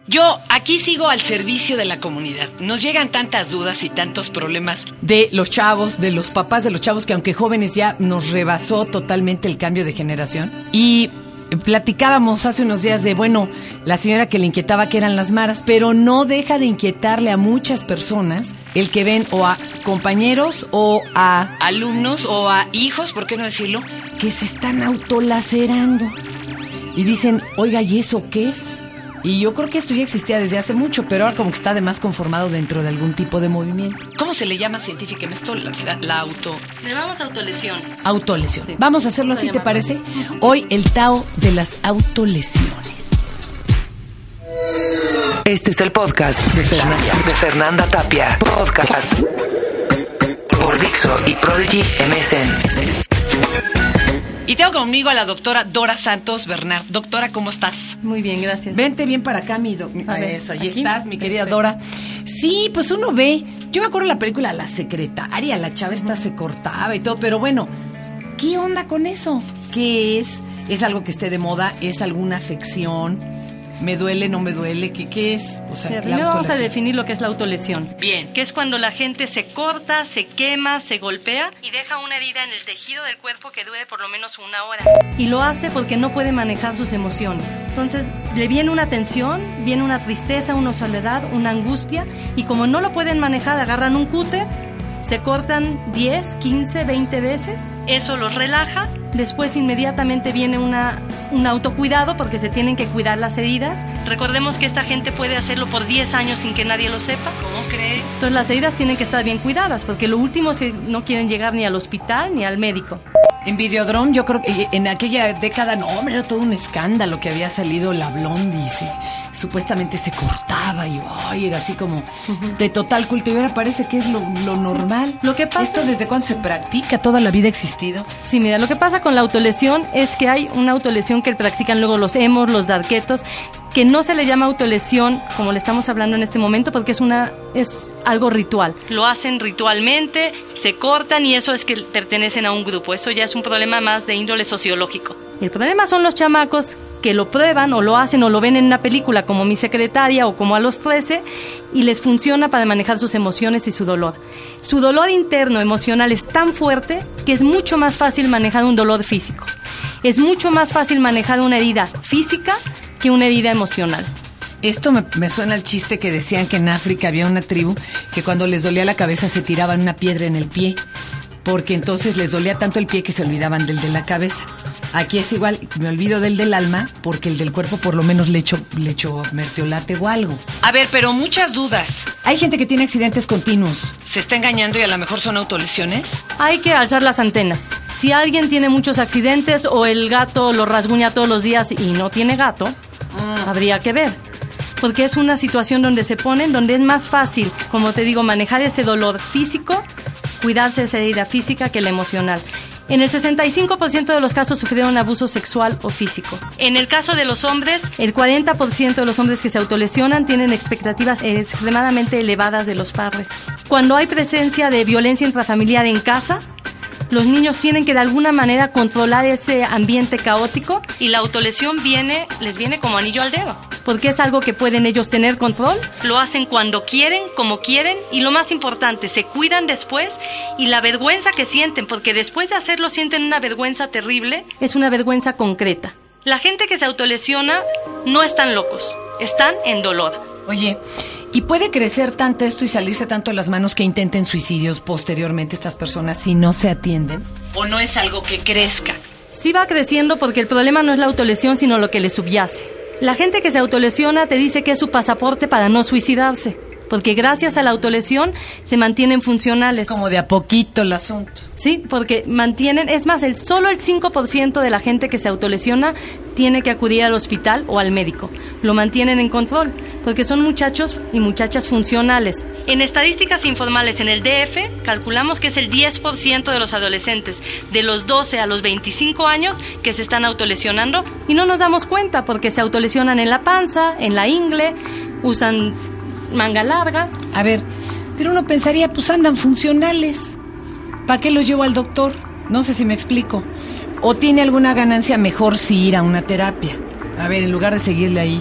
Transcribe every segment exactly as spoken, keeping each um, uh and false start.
Yo aquí sigo al servicio de la comunidad. Nos llegan tantas dudas y tantos problemas de los chavos, de los papás de los chavos, que aunque jóvenes ya nos rebasó totalmente el cambio de generación. Y platicábamos hace unos días de, bueno, la señora que le inquietaba que eran las maras, pero no deja de inquietarle a muchas personas el que ven o a compañeros o a alumnos o a hijos, ¿por qué no decirlo?, que se están autolacerando. Y dicen, oiga, ¿y eso qué es? Y yo creo que esto ya existía desde hace mucho, pero ahora como que está además conformado dentro de algún tipo de movimiento. ¿Cómo se le llama científicamente esto? La, la, la auto... Le llamamos autolesión. Autolesión. Sí. Vamos a hacerlo así, ¿te parece? Hoy el Tao de las autolesiones. Este es el podcast de Fernanda, de Fernanda Tapia. Podcast por Dixo y Prodigy M S N. Y tengo conmigo a la doctora Dora Santos Bernard. Doctora, ¿cómo estás? Muy bien, gracias. Vente bien para acá, mi do... A ver, Eso, ahí ¿aquí? estás, mi querida Dora. Sí, pues uno ve... Yo me acuerdo de la película La Secretaria, la chava esta se cortaba y todo, pero bueno, ¿qué onda con eso? ¿Qué es? ¿Es algo que esté de moda? ¿Es alguna afección? ¿Me duele, no me duele? ¿Qué, qué es? O sea, Primero vamos a definir lo que es la autolesión. Bien. Que es cuando la gente se corta, se quema, se golpea y deja una herida en el tejido del cuerpo que dure por lo menos una hora. Y lo hace porque no puede manejar sus emociones. Entonces, le viene una tensión, viene una tristeza, una soledad, una angustia, y como no lo pueden manejar, agarran un cúter, se cortan diez, quince, veinte veces, eso los relaja. Después inmediatamente viene una, un autocuidado porque se tienen que cuidar las heridas. Recordemos que esta gente puede hacerlo por diez años sin que nadie lo sepa. ¿Cómo crees? Entonces las heridas tienen que estar bien cuidadas porque lo último es que no quieren llegar ni al hospital ni al médico. En Videodrome, yo creo que en aquella década, no, hombre, era todo un escándalo que había salido la Blondie, se, supuestamente se cortaba y ay, era así como uh-huh. de total culto. Y ahora parece que es lo, lo normal. Sí. Lo que pasa... ¿Esto desde cuándo se practica? ¿Toda la vida ha existido? Sí, mira, lo que pasa con la autolesión es que hay una autolesión que practican luego los emos, los darketos, que no se le llama autolesión como le estamos hablando en este momento porque es una es algo ritual. Lo hacen ritualmente, se cortan y eso es que pertenecen a un grupo. Eso ya es un problema más de índole sociológico. Y el problema son los chamacos que lo prueban o lo hacen o lo ven en una película como Mi Secretaria o como A los trece y les funciona para manejar sus emociones y su dolor. Su dolor interno emocional es tan fuerte que es mucho más fácil manejar un dolor físico. Es mucho más fácil manejar una herida física que una herida emocional. Esto me, me suena al chiste que decían que en África había una tribu que cuando les dolía la cabeza se tiraban una piedra en el pie, porque entonces les dolía tanto el pie que se olvidaban del de la cabeza. Aquí es igual, me olvido del del alma porque el del cuerpo por lo menos le echo, le echo mertiolate o algo. A ver, pero muchas dudas. Hay gente que tiene accidentes continuos. ¿Se está engañando y a lo mejor son autolesiones? Hay que alzar las antenas. Si alguien tiene muchos accidentes o el gato lo rasguña todos los días y no tiene gato, mm. habría que ver. Porque es una situación donde se ponen, donde es más fácil, como te digo, manejar ese dolor físico, cuidarse de esa herida física que la emocional. En el sesenta y cinco por ciento de los casos sufrieron abuso sexual o físico. En el caso de los hombres, el cuarenta por ciento de los hombres que se autolesionan tienen expectativas extremadamente elevadas de los padres. Cuando hay presencia de violencia intrafamiliar en casa, los niños tienen que de alguna manera controlar ese ambiente caótico y la autolesión viene, les viene como anillo al dedo. Porque es algo que pueden ellos tener control, lo hacen cuando quieren, como quieren y lo más importante, se cuidan después y la vergüenza que sienten, porque después de hacerlo sienten una vergüenza terrible, es una vergüenza concreta. La gente que se autolesiona no están locos, están en dolor. Oye, ¿y puede crecer tanto esto y salirse tanto de las manos que intenten suicidios posteriormente estas personas si no se atienden? ¿O no es algo que crezca? Sí va creciendo porque el problema no es la autolesión, sino lo que le subyace. La gente que se autolesiona te dice que es su pasaporte para no suicidarse, porque gracias a la autolesión se mantienen funcionales. Es como de a poquito el asunto. Sí, porque mantienen, es más, el solo el cinco por ciento de la gente que se autolesiona tiene que acudir al hospital o al médico. Lo mantienen en control, porque son muchachos y muchachas funcionales. En estadísticas informales en el D F, calculamos que es el diez por ciento de los adolescentes de los doce a los veinticinco años que se están autolesionando y no nos damos cuenta porque se autolesionan en la panza, en la ingle, usan manga larga. A ver, pero uno pensaría, pues andan funcionales. ¿Para qué los llevo al doctor? No sé si me explico. ¿O tiene alguna ganancia mejor si ir a una terapia? A ver, en lugar de seguirle ahí.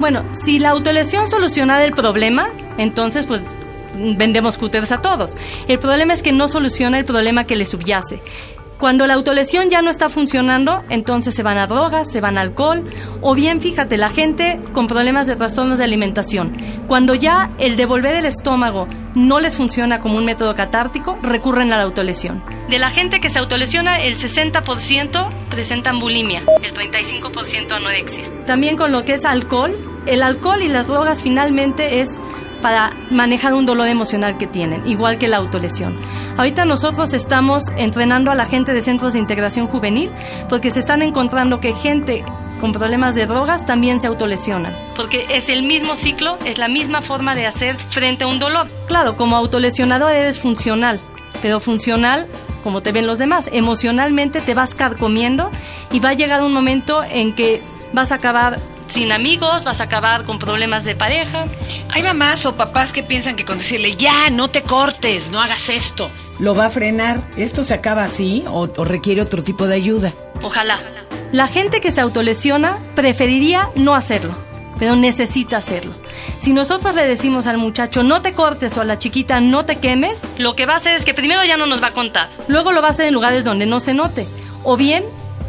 Bueno, si la autolesión solucionara el problema, entonces pues vendemos cúteres a todos. El problema es que no soluciona el problema que le subyace. Cuando la autolesión ya no está funcionando, entonces se van a drogas, se van a alcohol, o bien, fíjate, la gente con problemas de trastornos de alimentación. Cuando ya el devolver el estómago no les funciona como un método catártico, recurren a la autolesión. De la gente que se autolesiona, el sesenta por ciento presentan bulimia, el treinta y cinco por ciento anorexia. También con lo que es alcohol, el alcohol y las drogas finalmente es para manejar un dolor emocional que tienen, igual que la autolesión. Ahorita nosotros estamos entrenando a la gente de centros de integración juvenil porque se están encontrando que gente con problemas de drogas también se autolesionan, porque es el mismo ciclo, es la misma forma de hacer frente a un dolor. Claro, como autolesionador eres funcional, pero funcional como te ven los demás. Emocionalmente te vas carcomiendo y va a llegar un momento en que vas a acabar sin amigos, vas a acabar con problemas de pareja. Hay mamás o papás que piensan que con decirle, ya, no te cortes, no hagas esto, lo va a frenar. ¿Esto se acaba así o, o requiere otro tipo de ayuda? Ojalá. La gente que se autolesiona preferiría no hacerlo, pero necesita hacerlo. Si nosotros le decimos al muchacho, no te cortes, o a la chiquita, no te quemes, lo que va a hacer es que primero ya no nos va a contar, luego lo va a hacer en lugares donde no se note, o bien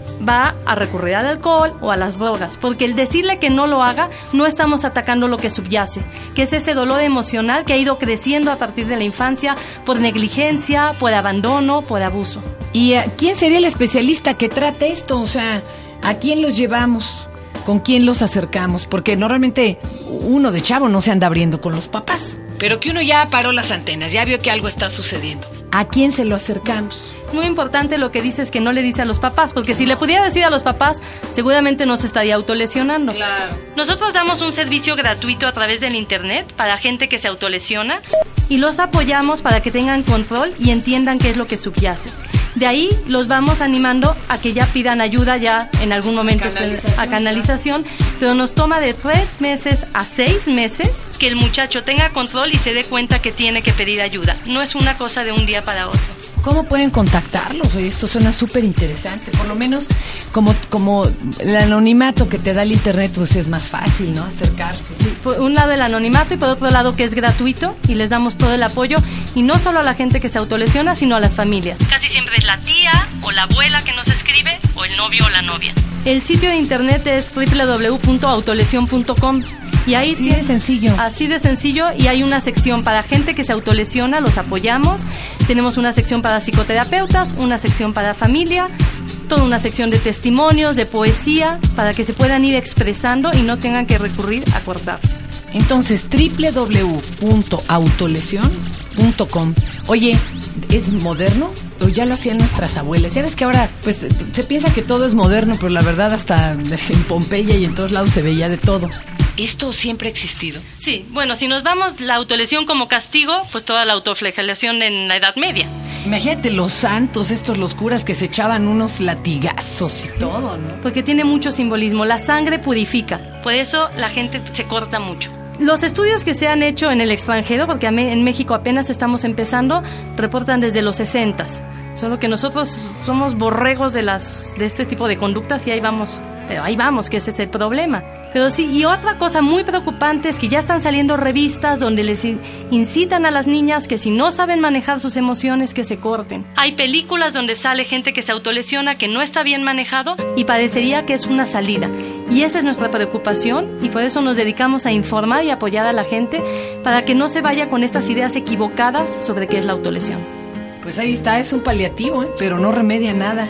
va a recurrir al alcohol o a las drogas, porque el decirle que no lo haga, no estamos atacando lo que subyace, que es ese dolor emocional que ha ido creciendo a partir de la infancia por negligencia, por abandono, por abuso. ¿Y uh, quién sería el especialista que trate esto? O sea, ¿a quién los llevamos? ¿Con quién los acercamos? Porque normalmente uno de chavo no se anda abriendo con los papás, pero que uno ya paró las antenas, ya vio que algo está sucediendo. ¿A quién se lo acercamos? Muy importante lo que dices, que no le dice a los papás, porque si le pudiera decir a los papás, seguramente no se estaría autolesionando. Claro. Nosotros damos un servicio gratuito a través del internet para gente que se autolesiona y los apoyamos para que tengan control y entiendan qué es lo que subyace. De ahí los vamos animando a que ya pidan ayuda ya en algún momento canalización, a canalización, pero nos toma de tres meses a seis meses que el muchacho tenga control y se dé cuenta que tiene que pedir ayuda. No es una cosa de un día para otro. ¿Cómo pueden contactarlos? Oye, esto suena súper interesante. Por lo menos, como, como el anonimato que te da el internet, pues es más fácil, ¿no? Acercarse. Sí, por un lado el anonimato y por otro lado que es gratuito y les damos todo el apoyo, y no solo a la gente que se autolesiona, sino a las familias. Casi siempre es la tía o la abuela que nos escribe, o el novio o la novia. El sitio de internet es doble u doble u doble u punto autolesión punto com. Y ahí así de sencillo. Así de sencillo, y hay una sección para gente que se autolesiona, los apoyamos. Tenemos una sección para psicoterapeutas, una sección para familia, toda una sección de testimonios, de poesía, para que se puedan ir expresando y no tengan que recurrir a cortarse. Entonces, doble u doble u doble u punto autolesión punto com. Oye, ¿es moderno? ¿O ya lo hacían nuestras abuelas? Ya ves que ahora pues se piensa que todo es moderno, pero la verdad hasta en Pompeya y en todos lados se veía de todo. ¿Esto siempre ha existido? Sí, bueno, si nos vamos la autolesión como castigo, pues toda la autoflagelación en la Edad Media. Imagínate los santos, estos los curas que se echaban unos latigazos y sí, todo, ¿no? Porque tiene mucho simbolismo. La sangre purifica, por eso la gente se corta mucho. Los estudios que se han hecho en el extranjero, porque en México apenas estamos empezando, reportan desde los sesentas. Solo que nosotros somos borregos de las de este tipo de conductas y ahí vamos. Pero ahí vamos, que ese es el problema. Pero sí, y otra cosa muy preocupante es que ya están saliendo revistas donde les incitan a las niñas que si no saben manejar sus emociones, que se corten. Hay películas donde sale gente que se autolesiona, que no está bien manejado y parecería que es una salida. Y esa es nuestra preocupación y por eso nos dedicamos a informar y apoyar a la gente para que no se vaya con estas ideas equivocadas sobre qué es la autolesión. Pues ahí está, es un paliativo, ¿eh? Pero no remedia nada.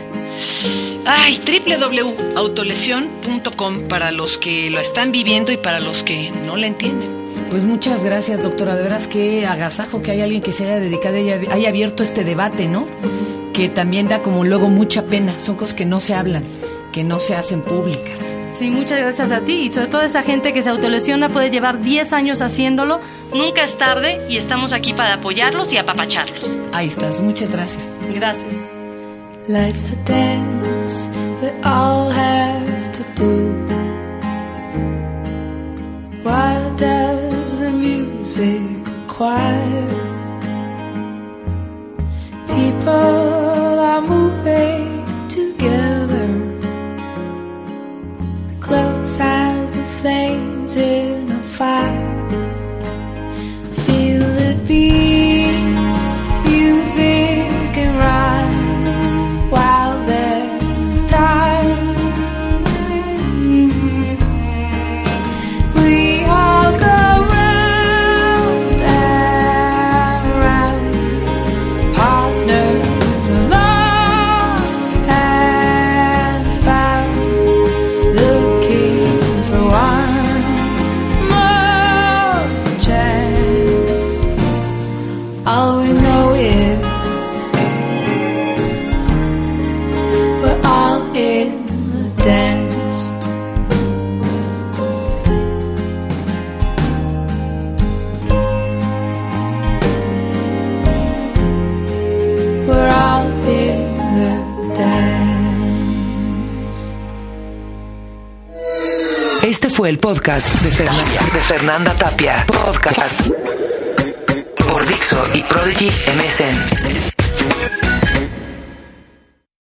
Ay, doble u doble u doble u punto autolesión punto com para los que lo están viviendo y para los que no la entienden. Pues muchas gracias, doctora. De veras que agasajo que hay alguien que se haya dedicado y haya abierto este debate, ¿no? Que también da como luego mucha pena. Son cosas que no se hablan, que no se hacen públicas. Sí, muchas gracias a ti y sobre todo esa gente que se autolesiona puede llevar diez años haciéndolo. Nunca es tarde y estamos aquí para apoyarlos y apapacharlos. Ahí estás, muchas gracias. Gracias. Life's a dance we all have to do. What does the music require? People are moving together, close as the flame fires in a fire. Feel it beat, music and rhyme while there's time. We all go round and round, partners lost and found, looking for one more chance. All we know is we're all in the dance. We're all in the dance. Este fue el podcast de, Fernan- de Fernanda Tapia. Podcast por Dixo y Prodigy M S N.